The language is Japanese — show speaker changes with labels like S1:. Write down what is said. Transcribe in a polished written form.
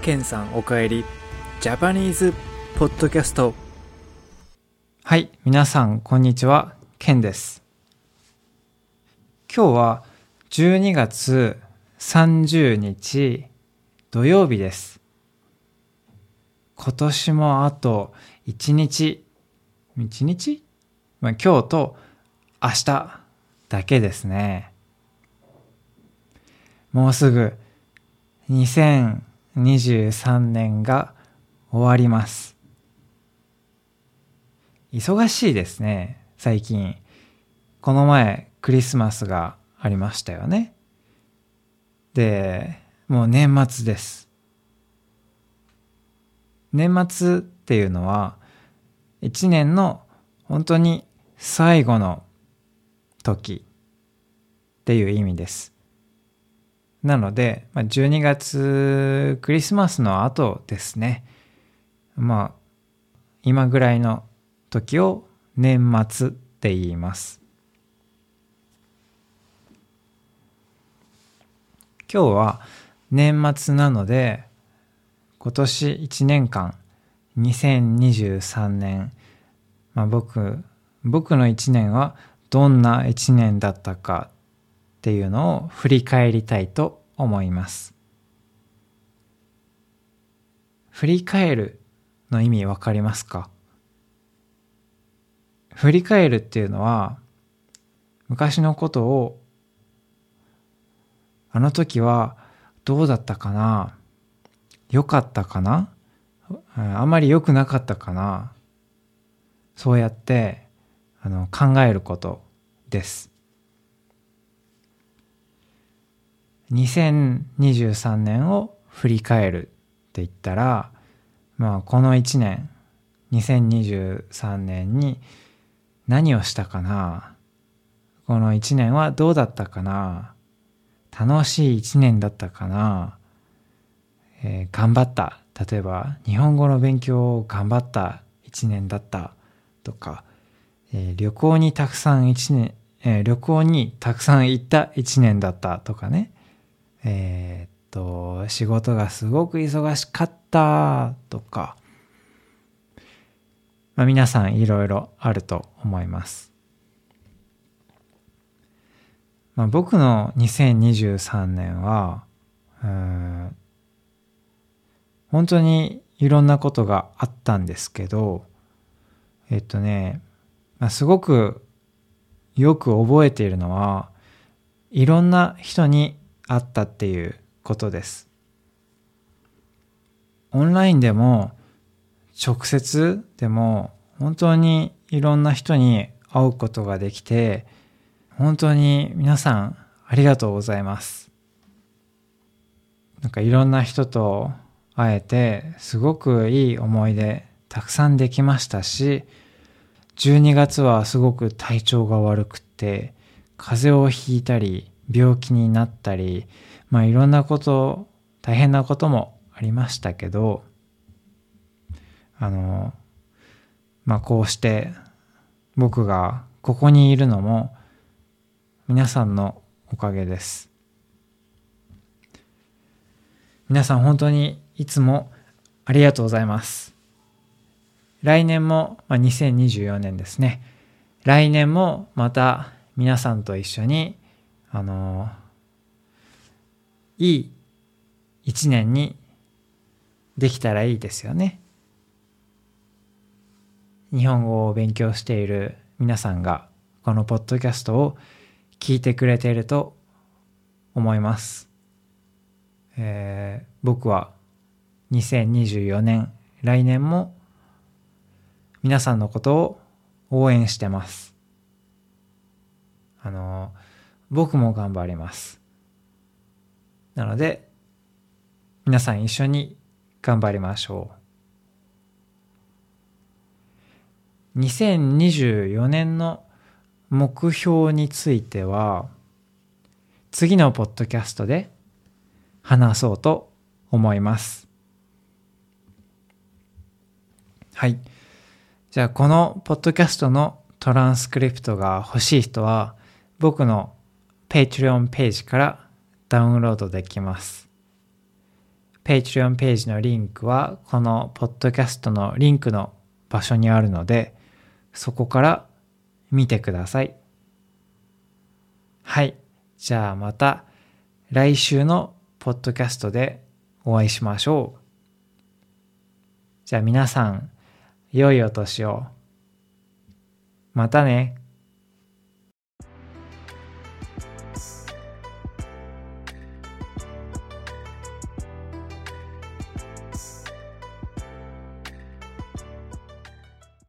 S1: ケンさんおかえり。ジャパニーズポッドキャスト。
S2: はい、皆さんこんにちは、ケンです。今日は12月30日土曜日です。今年もあと1日、今日と明日だけですね。もうすぐ2023年が終わります。忙しいですね、最近。この前クリスマスがありましたよね。で、もう年末です。年末っていうのは一年の本当に最後の時っていう意味です。なので、12月クリスマスの後ですね。今ぐらいの時を年末って言います。今日は年末なので、今年1年間、2023年、僕の1年はどんな1年だったかっていうのを振り返りたいと思います。振り返るの意味わかりますか？振り返るっていうのは、昔のことを、あの時はどうだったかな？良かったかな？あまり良くなかったかな？そうやって考えることです。2023年を振り返るって言ったら、この1年、2023年に何をしたかな？この1年はどうだったかな？楽しい1年だったかな？頑張った。例えば、日本語の勉強を頑張った1年だったとか、旅行にたくさん行った1年だったとかね。仕事がすごく忙しかったとか、皆さんいろいろあると思います。僕の2023年は本当にいろんなことがあったんですけど、すごくよく覚えているのは、いろんな人に会ったっていうことです。オンラインでも直接でも本当にいろんな人に会うことができて、本当に皆さんありがとうございます。いろんな人と会えてすごくいい思い出たくさんできましたし、12月はすごく体調が悪くて風邪をひいたり病気になったり、いろんなこと大変なこともありましたけど、こうして僕がここにいるのも皆さんのおかげです。皆さん本当にいつもありがとうございます。来年も、2024年ですね。来年もまた皆さんと一緒にいい一年にできたらいいですよね。日本語を勉強している皆さんがこのポッドキャストを聞いてくれていると思います。僕は2024年、来年も皆さんのことを応援してます。僕も頑張ります。なので、皆さん一緒に頑張りましょう。2024年の目標については、次のポッドキャストで話そうと思います。はい。じゃあこのポッドキャストのトランスクリプトが欲しい人は僕の Patreon ページからダウンロードできます。 Patreon ページのリンクはこのポッドキャストのリンクの場所にあるので、そこから見てください。はい。じゃあまた来週のポッドキャストでお会いしましょう。じゃあ皆さん、良いお年を。またね。